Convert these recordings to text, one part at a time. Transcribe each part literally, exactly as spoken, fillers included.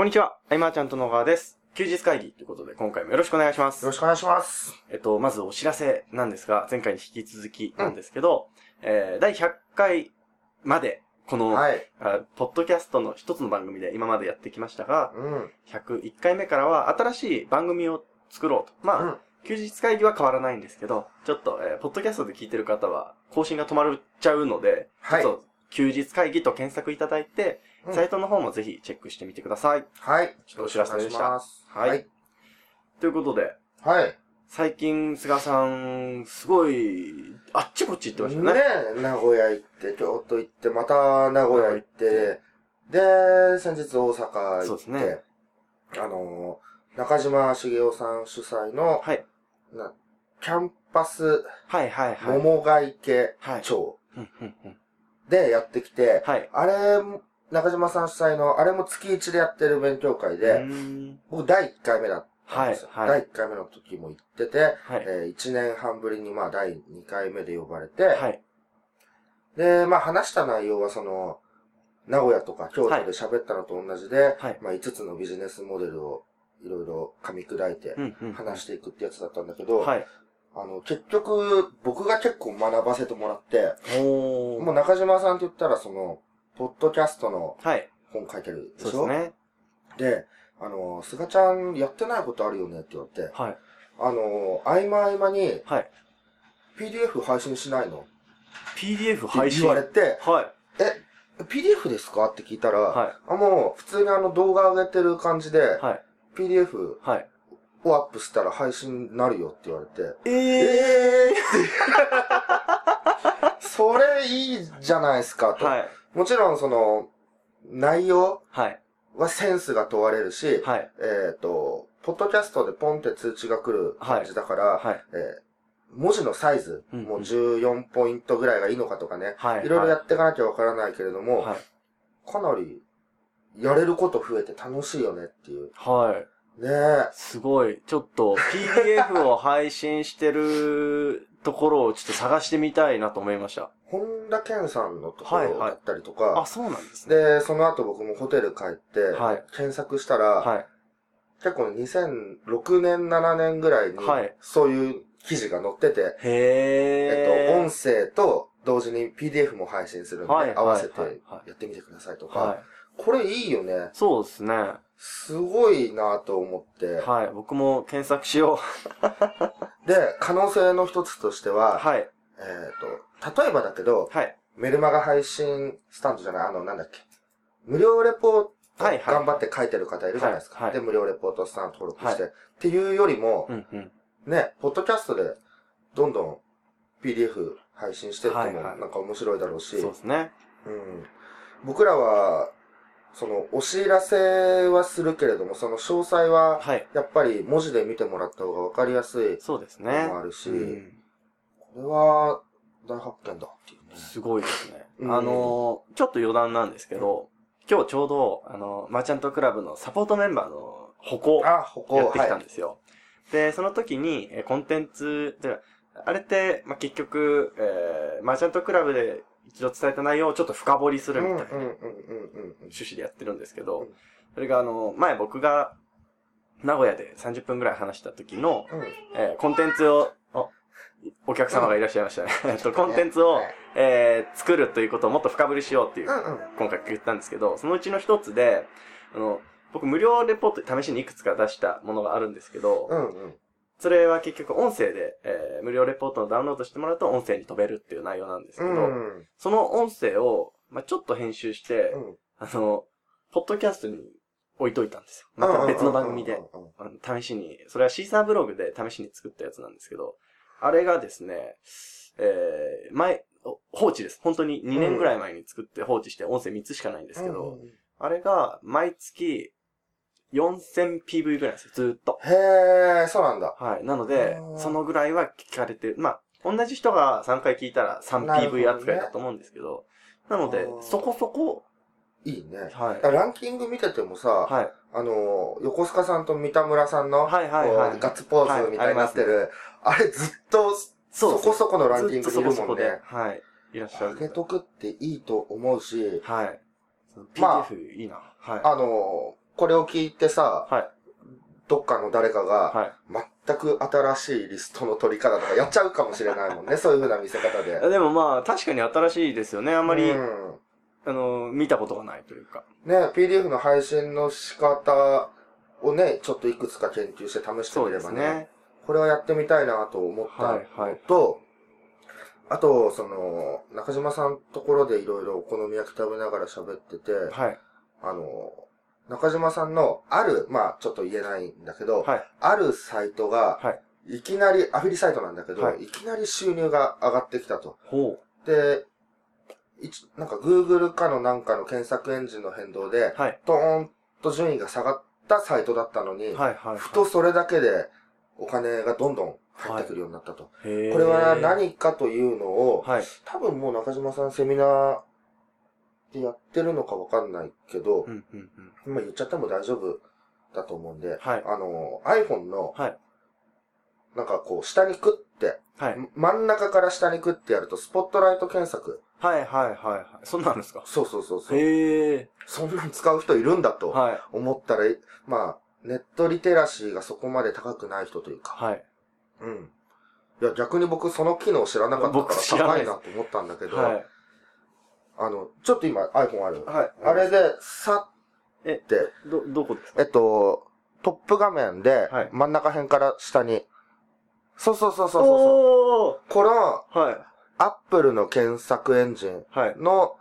こんにちは、アイマーちゃんと野川です。休日会議ということで、今回もよろしくお願いします。 よろしくお願いします。 えっと、まずお知らせなんですが、前回に引き続きなんですけど、うん、えー、だいひゃっかいまで、この、はい、あポッドキャストの一つの番組で今までやってきましたが、うん、ひゃくいっかいめからは新しい番組を作ろうと。まあ、うん、休日会議は変わらないんですけど、ちょっと、えー、ポッドキャストで聞いてる方は更新が止まっちゃうので、はい、ちょっと休日会議と検索いただいて、うん、サイトの方もぜひチェックしてみてください。 はい。 ちょっとお知らせでした。 はい。はい。 ということで、 はい。 最近、菅さん、すごい、あっちこっち行ってましたね。 ねえ、名古屋行って、京都行って、また名古屋行って、で、先日大阪行って、そうですね。あの、中島茂雄さん主催の、はい。なキャンパス、はいはいはい。桃ヶ池町でやってきて、はい。あれ、中島さん主催の、あれも月いちでやってる勉強会で、僕だいいっかいめだったんですよ。はいはい、だいいっかいめの時も行ってて、はい、えー、いちねんはんぶりにまあだいにかいめで呼ばれて、はい、で、まあ話した内容はその、名古屋とか京都で喋ったのと同じで、はい、まあいつつのビジネスモデルをいろいろ噛み砕いて話していくってやつだったんだけど、はい、あの、結局僕が結構学ばせてもらって、もう中島さんって言ったらその、ポッドキャストの本書いてるでしょ、はい、そうですね。で、あの、菅ちゃんやってないことあるよねって言われて、はい。あの、合間合間に、はい。ピーディーエフ 配信しないのピーディーエフ 配信言われて、 はい。 え、ピーディーエフ ですかって聞いたら、はい。あ、もう、普通にあの動画上げてる感じで、はい。ピーディーエフ をアップしたら配信になるよって言われて、えー、えーそれいいじゃないですかと。はい。もちろんその、内容はい。はセンスが問われるし、はい、えっ、ー、と、ポッドキャストでポンって通知が来る感じだから、はいはい、えー、文字のサイズ、うんうん、もうじゅうよんポイントぐらいがいいのかとかね、はい、いろいろやっていかなきゃわからないけれども、はい、かなりやれること増えて楽しいよねっていう。はい。ねえ。 すごい。ちょっと ピーディーエフ を配信してるところをちょっと探してみたいなと思いました。 本田健さんのところだったりとか、はいはい、 あ、そうなんですね。 で、その後僕もホテル帰って、はい、検索したら、はい、結構にせんろくねん、ななねんぐらいに、そういう記事が載ってて、はい、えっと、音声と同時に ピーディーエフ も配信するんで、はい、合わせてやってみてくださいとか、はい、これいいよね。 そうですね。 すごいなと思って。 はい、僕も検索しよう。で、可能性の一つとしては、はい、えっと、例えばだけど、はい、メルマガ配信スタンドじゃない、あの、なんだっけ。無料レポート頑張って書いてる方いるじゃないですか。はいはい、で、無料レポートスタンド登録して。はい、っていうよりも、うんうん、ね、ポッドキャストでどんどん ピーディーエフ 配信してってもなんか面白いだろうし。はいはい、そうですね。うん。僕らは、その、お知らせはするけれども、その詳細は、やっぱり文字で見てもらった方がわかりやすいそうですね。 のもあるし、うん、これは大発見だっていうね。 すごいですね。うん、あの、ちょっと余談なんですけど、うん、今日ちょうど、あの、マーチャントクラブのサポートメンバーの歩行やってきたんですよ。はい、で、その時に、えコンテンツ、であれって、まあ、結局、えー、マーチャントクラブで一度伝えた内容をちょっと深掘りするみたいな趣旨でやってるんですけど、それがあの、前僕が名古屋でさんじゅっぷんぐらい話した時の、うん、えー、コンテンツを、お客様がいらっしゃいましたね。えっと、コンテンツを、えー、作るということをもっと深掘りしようっていう、今回言ったんですけど、そのうちの一つで、あの、僕無料レポート試しにいくつか出したものがあるんですけど、うんうん、それは結局音声で、えー、無料レポートをダウンロードしてもらうと音声に飛べるっていう内容なんですけど、うん、その音声を、まあ、ちょっと編集して、うん、あの、ポッドキャストに置いといたんですよ。また別の番組で、試しに、それはシーサーブログで試しに作ったやつなんですけど、あれがですね、えー、前、放置です。本当ににねんぐらい前に作って放置して音声みっつしかないんですけど、うん、あれが毎月よんせんピーブイ ぐらいですよ、ずーっと。 へー、そうなんだ。 はい。なので、そのぐらいは聞かれてる。まあ、同じ人がさんかい聞いたら さんピーブイ 扱いだと思うんですけど、なので、そこそこ、 いいね。はい。ランキング見ててもさ、はい、あの、横須賀さんと三田村さんの、はいはいはい、ガッツポーズみたいになってる、はい、あ, ね、あれずっと、そこそこのランキングにいるもんね。そこそこで、 はい。いらっしゃる。 上げとくっていいと思うし、 はい。ピーディーエフ、まあ、いいな。はい。 あの、 これを聞いてさ、 はい、 どっかの誰かが、全く新しいリストの取り方とかやっちゃうかもしれないもんね、そういう風な見せ方で。 でもまあ、確かに新しいですよね。あんまり、うん、あの、見たことがないというか。 ね、ピーディーエフ の配信の仕方をね、ちょっといくつか研究して試してみればね、ねこれはやってみたいなと思ったのと、はいはい、あと、その、中島さんところでいろいろお好み焼き食べながら喋ってて、はい、あの、中島さんのある、まあちょっと言えないんだけど、はい、あるサイトが、はい、いきなり、アフィリサイトなんだけど、はい、いきなり収入が上がってきたと。ほうで、なんか Google かのなんかの検索エンジンの変動で、はい、ドーンと順位が下がったサイトだったのに、はいはいはい、ふとそれだけでお金がどんどん入ってくるようになったと。はい、これは何かというのを、はい、多分もう中島さんセミナーでやってるのかわかんないけど、うんうんうん、まあ言っちゃっても大丈夫だと思うんで、はい、あの iPhone の、はい、なんかこう下にクッて、はい、真ん中から下にクッてやるとスポットライト検索。 はいはいはいはい。そんなんですか？ そうそうそうそう。へー。そんなん使う人いるんだと思ったら、はい、まあネットリテラシーがそこまで高くない人というか。はい。うん。いや逆に僕その機能知らなかったから高いなと思ったんだけど、はい、あの、ちょっと今 iPhone ある。はい。あれで、さって。 え、ど、どこですか？ えっと、トップ画面で、真ん中辺から下に。はい、そうそうそうそうそう。この、はい。アップルの検索エンジンの、はい、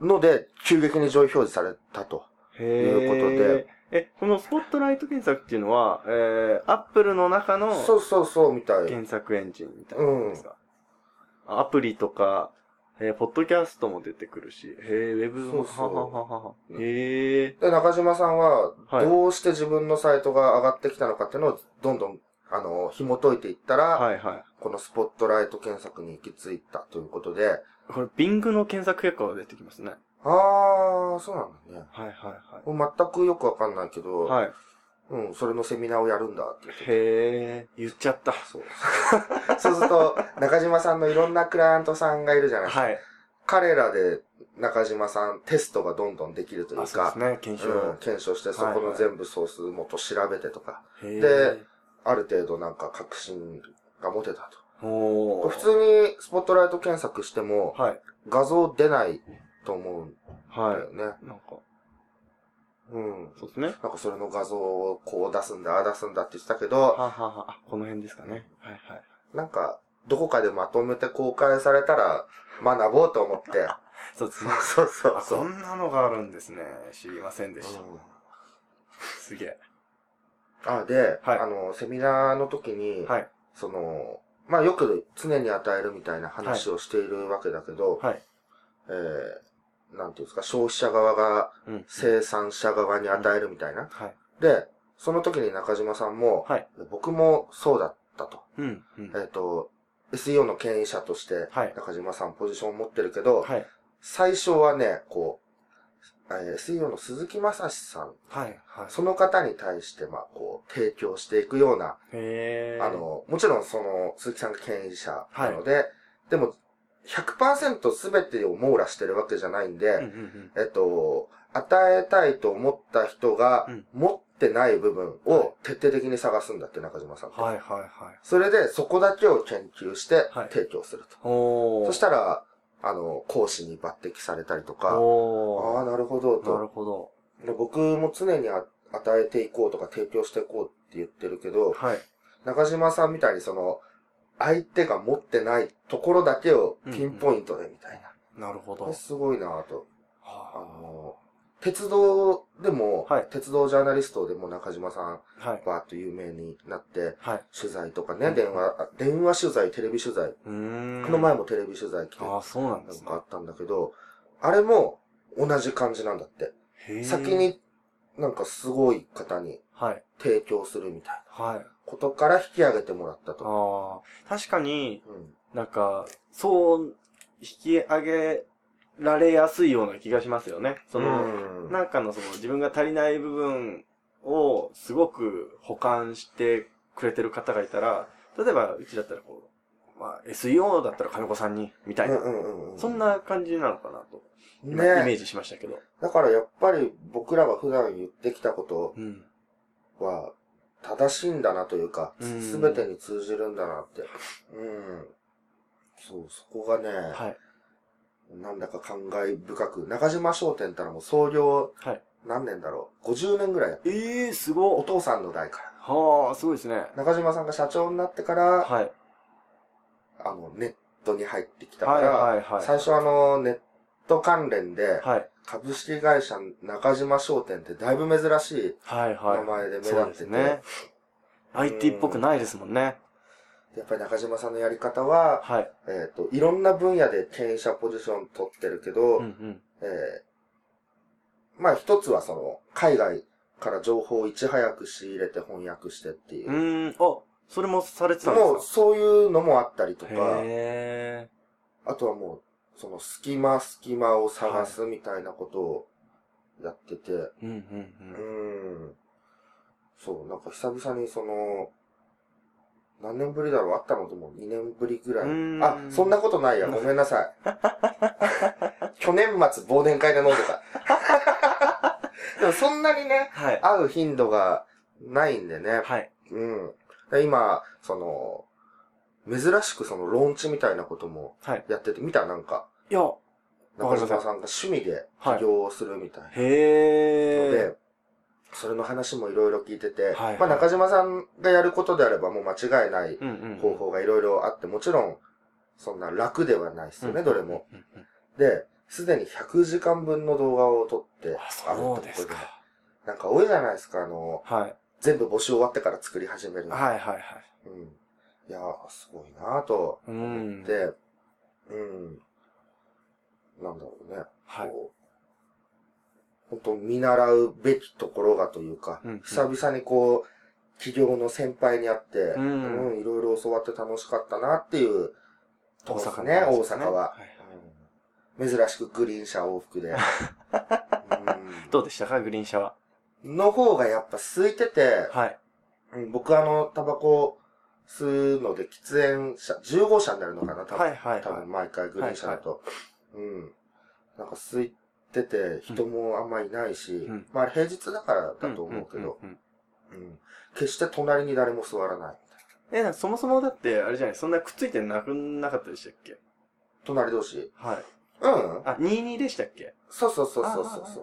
ので、急激に上位表示されたということで。 え、このスポットライト検索っていうのは、えー、アップルの中の、 そうそうそう、みたい。 検索エンジンみたいなことですか？うん、アプリとか、えー、ポッドキャストも出てくるし、へえ、ウェブも、ははははは。へえ。 で、中島さんは、どうして自分のサイトが上がってきたのかっていうのを、どんどん、あの、紐解いていったら、はいはい、このスポットライト検索に行き着いたということで。 これ、Bing の検索結果が出てきますね。 あー、そうなんだね。 はいはいはい。 全くよくわかんないけど、はい。うん、それのセミナーをやるんだって言って。 へー、言っちゃった。 そう。そうすると、中島さんのいろんなクライアントさんがいるじゃないですか。はい。彼らで中島さんテストがどんどんできるというか、 そうですね、検証、 うん、検証してそこの全部ソース元調べてとか、はいはい、で、ある程度なんか確信が持てたと。お普通にスポットライト検索しても、はい、画像出ないと思うんだよね。はい、なんかうん。 そうですね。 なんかそれの画像をこう出すんだ、ああ出すんだって言ってたけど、 はははあ、この辺ですかね。はいはい。 なんか、どこかでまとめて公開されたら学ぼうと思って。 そうですね。 そうそうそう。 そんなのがあるんですね。知りませんでした。うん、すげえ。 あ、で、はい、あの、セミナーの時に、はい、その、まあよく常に与えるみたいな話をしているわけだけど、はい、えー、なんていうんですか、消費者側が生産者側に与えるみたいな。うんはい、で、その時に中島さんも、はい、僕もそうだったと。うんうん、えっと、エスイーオー の牽引者として中島さんポジションを持ってるけど、はい、最初はね、こう、エスイーオー の鈴木正史さん、はいはい、その方に対して、まあ、こう、提供していくような、へあの、もちろんその、鈴木さんが牽引者なので、はい、でも、ひゃくパーセント 全てを網羅してるわけじゃないんで、うんうんうん、えっと、与えたいと思った人が、持ってない部分を徹底的に探すんだって、中島さんって。はいはいはい。それで、そこだけを研究して提供すると。はい、そしたら、あの、講師に抜擢されたりとか、ああ、なるほど、と。 なるほど。 で僕も常にあ与えていこうとか提供していこうって言ってるけど、はい、中島さんみたいにその、相手が持ってないところだけをピンポイントでみたいな。 うんうん、なるほど。 すごいなぁと。はあ、あの、鉄道でも、はい、鉄道ジャーナリストでも中島さん、はい、バーッと有名になって、はい、取材とかね、うん、電話、電話取材、テレビ取材。この前もテレビ取材来て、 あ、そうなんですね。 なんかあったんだけど、あれも同じ感じなんだって。先になんかすごい方に提供するみたいな。はい。ことから引き上げてもらったと。 ああ、確かに、うん、なんか、そう引き上げられやすいような気がしますよね。その、うん、なんかのその自分が足りない部分をすごく補完してくれてる方がいたら、例えばうちだったらこう、 まあ、エスイーオー だったら金子さんに、みたいな。うんうんうん、そんな感じなのかなと。ね、イメージしましたけど。 だからやっぱり僕らが普段言ってきたことは正しいんだなというか、すべ、うん、てに通じるんだなって。うん。そう、そこがね、はい、なんだか感慨深く、中島商店ったらもう創業、はい、何年だろう、ごじゅうねんぐらいやって。 ええー、すごい。 お父さんの代から。 はあ、すごいですね。 中島さんが社長になってから、はい、あの、ネットに入ってきたから、はいはいはい、最初あの、ネット関連で、はい、株式会社中島商店ってだいぶ珍しい名前で目立ってて、はいはい、ね、 アイティー っぽくないですもんね。 やっぱり中島さんのやり方は、はい、えっと、いろんな分野で経営者ポジション取ってるけど、うんうん、えー、まあ一つはその、海外から情報をいち早く仕入れて翻訳してっていう。 うん、あ、それもされてたんですか？もうそういうのもあったりとか、へー、あとはもう、その隙間隙間を探すみたいなことをやってて、はい、うんうんうん、うん、そう、なんか久々にその、何年ぶりだろう、あったのでもにねんぶりぐらい。あ、そんなことないや、ごめんなさい。去年末忘年会で飲んでた。でもそんなにね、はい、会う頻度がないんでね。はい、うん。今、その、珍しくそのローンチみたいなこともやってて、はい、見たなんか。いや、中島さんが趣味で起業をするみたいな。はい、へー。ので、それの話もいろいろ聞いてて、はいはい、まあ中島さんがやることであればもう間違いない方法がいろいろあって、もちろんそんな楽ではないですよね、うん、どれも。で、すでにひゃくじかんぶんの動画を撮ってあるってことで、なんか多いじゃないですか、あの、はい、全部募集終わってから作り始めるの。はいはいはい。うん。いやー、すごいなぁと思って、うん、うん。なんだろうね。はい。本当見習うべきところがというか、うんうん、久々にこう、企業の先輩に会って、うん、うん、いろいろ教わって楽しかったなっていうとこですね、大阪は、はい、うん。珍しくグリーン車往復で。うん、 どうでしたか、グリーン車は。 の方がやっぱ空いてて、はい、うん、僕あの、タバコ吸うので喫煙車、じゅう号車になるのかな、多分、はいはいはい、多分毎回グリーン車だと。はいはい、うん。なんか空いて、出て人もあんまりいないし、うん、まあ平日だからだと思うけど、決して隣に誰も座らない。 え、そもそもだってあれじゃない、そんなくっついてなくなかったでしたっけ？ 隣同士。はい。うん。 あ、にじゅうにでしたっけ？ そうそうそうそうそう。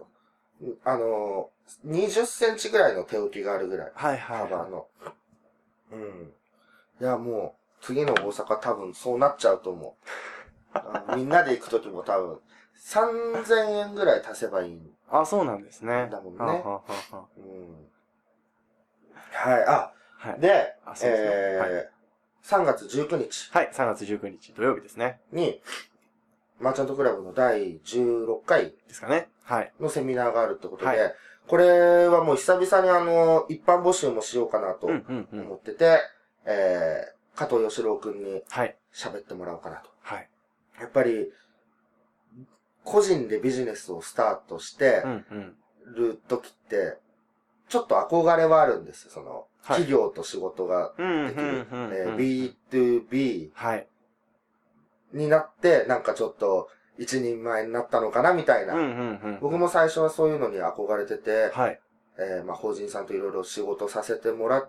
あ, あのにじゅっセンチぐらいの手置きがあるぐらい。はいはい、はい。幅の。うん。いやもう次の大阪多分そうなっちゃうと思う。みんなで行くときも多分。さんぜんえんぐらい足せばいい。 あ、そうなんですね。 だもんね。ははははうん、はい、あ、はい、で、あそうですね、えーはい、さんがつじゅうくにち。 はい、さんがつじゅうくにち土曜日ですね。 に、マーチャントクラブのだいじゅうろっかいですかね。はい。 のセミナーがあるってことで、はい、これはもう久々にあの、一般募集もしようかなと思ってて、うんうんうん、えー、加藤義郎くんに喋ってもらおうかなと。はい。やっぱり、個人でビジネスをスタートしてる時って、ちょっと憧れはあるんですよ。その、企業と仕事ができる。ビーツービー になって、なんかちょっと一人前になったのかなみたいな。僕も最初はそういうのに憧れてて、はい、えー、まあ法人さんといろいろ仕事させてもらって、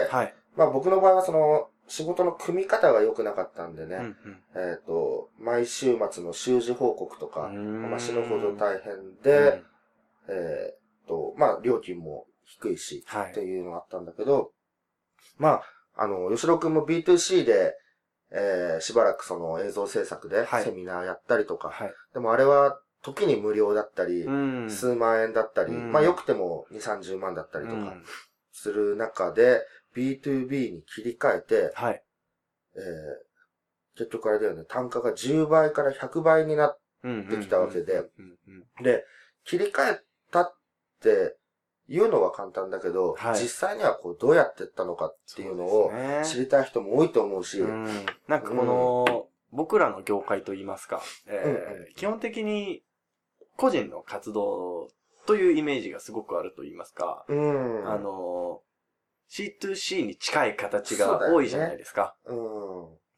はい、まあ僕の場合はその、仕事の組み方が良くなかったんでね、うんうん、えっと、毎週末の習字報告とか、まあ、死ぬほど大変で、うん、えっと、まあ、料金も低いし、はい、っていうのがあったんだけど、まあ、あの、吉郎くんも ビーツーシー で、えー、しばらくその映像制作でセミナーやったりとか、はい、でもあれは時に無料だったり、うん、数万円だったり、うん、まあ、良くてもに、さんじゅうまんだったりとか、する中で、ビーツービー に切り替えて、はい。えー、結局あれだよね、単価がじゅうばいからひゃくばいになってきたわけで、で、切り替えたって言うのは簡単だけど、はい、実際にはこうどうやってったのかっていうのを知りたい人も多いと思うし、ううん、なんかこの、うん、僕らの業界といいますか、えーうんうん、基本的に個人の活動というイメージがすごくあると言いますか、うん、あの、シーツーシー に近い形が多いじゃないですか。う、ね、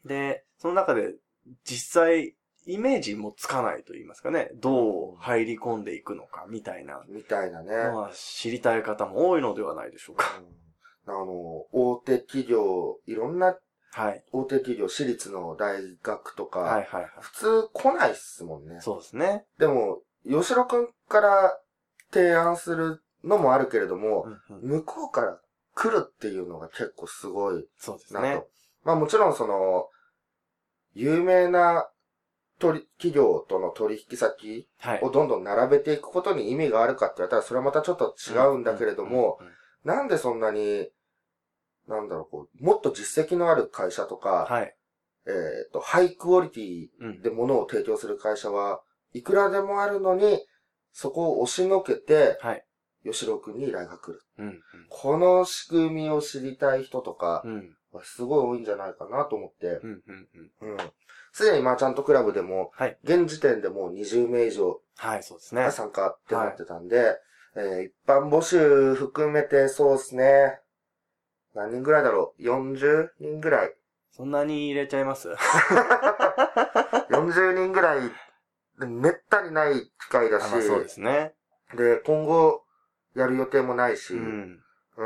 で、その中で実際イメージもつかないと言いますかね、どう入り込んでいくのかみたいな。 みたいなね。 まあ、知りたい方も多いのではないでしょうか。 うん、あの、大手企業、いろんな、 はい。 大手企業、私立の大学とか、 はいはいはい。 普通来ないっすもんね。 そうですね。 でも、吉野くんから提案するのもあるけれども、うんうん、向こうから来るっていうのが結構すごいなと。 そうですね。 まあもちろんその、有名な取企業との取引先をどんどん並べていくことに意味があるかって言われたら、それはまたちょっと違うんだけれども、なんでそんなに、なんだろう、こう、もっと実績のある会社とか、はい、えっと、ハイクオリティで物を提供する会社はいくらでもあるのに、そこを押しのけて、はい、吉郎くんに依頼が来る、うんうん。この仕組みを知りたい人とか、はすごい多いんじゃないかなと思って、うんうんうんうん、すでにマーチャントクラブでも、はい、現時点でもうにじゅうめい以上が参加ってなってたんで、はい、えー、一般募集含めてそうですね。何人ぐらいだろう ?よんじゅうにんぐらい。 そんなに入れちゃいますよんじゅうにんぐらい、めったにない機会だし、 まあそうですね。 で、今後やる予定もないし、うん、うん。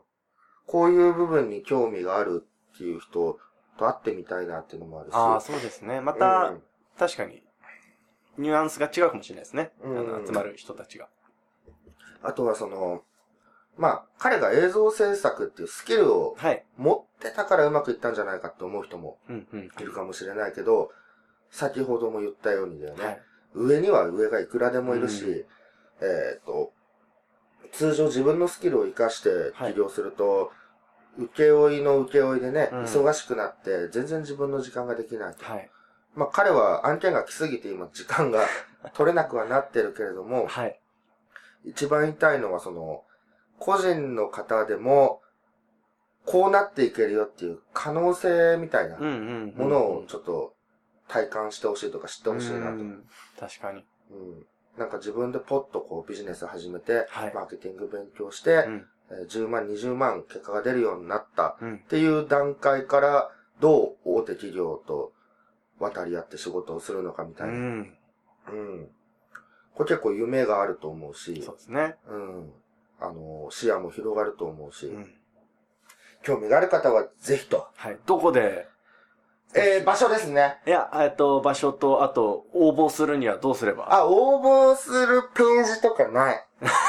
こういう部分に興味があるっていう人と会ってみたいなっていうのもあるし。 ああ、そうですね。また、うん、確かに、ニュアンスが違うかもしれないですね。うん、あの集まる人たちが。 あとはその、まあ、彼が映像制作っていうスキルを持ってたからうまくいったんじゃないかって思う人もいるかもしれないけど、先ほども言ったようにだよね。はい、上には上がいくらでもいるし、うん、えっと、通常自分のスキルを活かして起業すると、はい、請負の請負でね、うん、忙しくなって全然自分の時間ができないと。はい、まあ彼は案件が来すぎて今時間が取れなくはなってるけれども、はい、一番言いたいのはその、個人の方でも、こうなっていけるよっていう可能性みたいなものをちょっと体感してほしいとか知ってほしいなと。うん、 確かに。 うん。なんか自分でポッとこうビジネス始めて、はい、マーケティング勉強して、うんえー、じゅうまん、にじゅうまん結果が出るようになったっていう段階からどう大手企業と渡り合って仕事をするのかみたいな。うん。うん。これ結構夢があると思うし。 そうですね。 うん。あの、視野も広がると思うし。うん、興味がある方はぜひと。 はい。どこでえー、場所ですね。 いや、えっと、場所と、あと、応募するにはどうすればあ、応募するページとかない。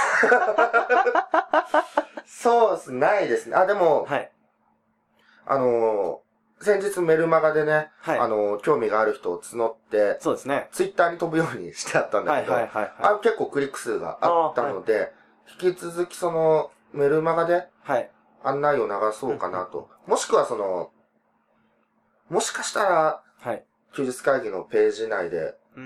そうです、ないですね。あ、でも、はい。あのー、先日メルマガでね、はい。あのー、興味がある人を募って、 そうですね。 ツイッターに飛ぶようにしてあったんだけど、はいはいはい、はい。あ、結構クリック数があったので、はい、引き続きその、メルマガで、はい。案内を流そうかなと。もしくはその、もしかしたら、はい。休日会議のページ内で、うん。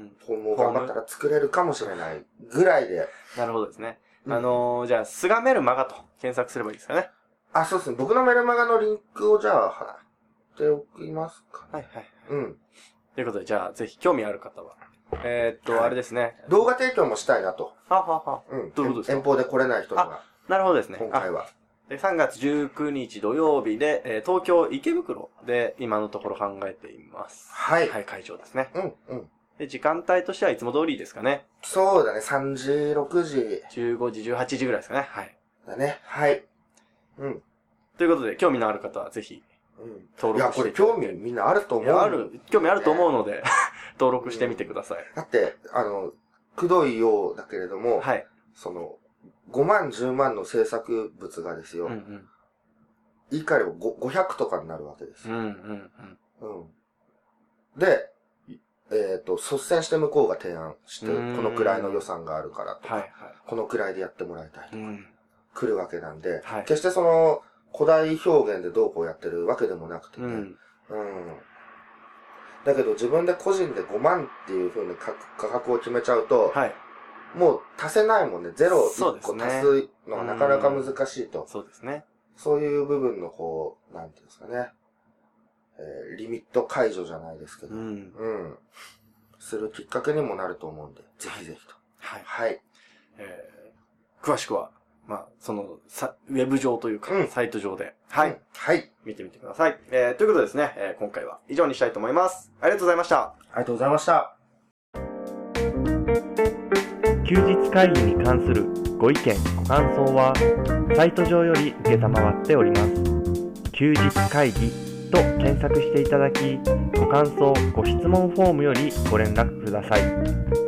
フォームを頑張ったら作れるかもしれないぐらいで。 なるほどですね。うん、あのー、じゃあ、スガメルマガと検索すればいいですかね。 あ、そうですね。僕のメルマガのリンクをじゃあ、貼っておきますか、ね。はいはい。うん。 ということで、じゃあ、ぜひ興味ある方は。えー、っと、はい、あれですね。 動画提供もしたいなと。 ははは。 うん。どういうことですか？遠方で来れない人には。 なるほどですね。 今回は。 でさんがつじゅうくにち土曜日で、えー、東京池袋で今のところ考えています。はい。はい、会場ですね。うん、うん。で、時間帯としてはいつも通りですかね。 そうだね、さんじ、ろくじ。 じゅうごじ、じゅうはちじぐらいですかね。はい。 だね、はい。うん。 ということで、興味のある方はぜひ、うん、登録していただいて。いや、これ興味みんなあると思う。いや、ある、興味あると思うので、登録してみてください。 だって、あの、くどいようだけれども、はい。その、ごまん、じゅうまんの制作物がですよ。うんうん。言い換えればごひゃくとかになるわけです。うんうんうん。うん。で、えっと、率先して向こうが提案して、このくらいの予算があるからとか、はいはい、このくらいでやってもらいたいとか、来るわけなんで、はい、決してその、古代表現でどうこうやってるわけでもなくてね。うん。うん、だけど自分で個人でごまんっていう風に価格を決めちゃうと、はい、もう足せないもんね。ゼロいっこ足すのがなかなか難しいと。 そうですね。 そういう部分のこう、なんていうんですかね。えー、リミット解除じゃないですけど、うん。うん。するきっかけにもなると思うんで、ぜひぜひと。はい。はい。 えー、詳しくは、 まあ、その、さ、ウェブ上というか、うん、サイト上で、はい、うん。 はい。 見てみてください。えー、ということでですね、えー、今回は以上にしたいと思います。ありがとうございました。ありがとうございました。 休日会議に関するご意見、ご感想は、サイト上より受けたまわっております。休日会議と検索していただき、ご感想、ご質問フォームよりご連絡ください。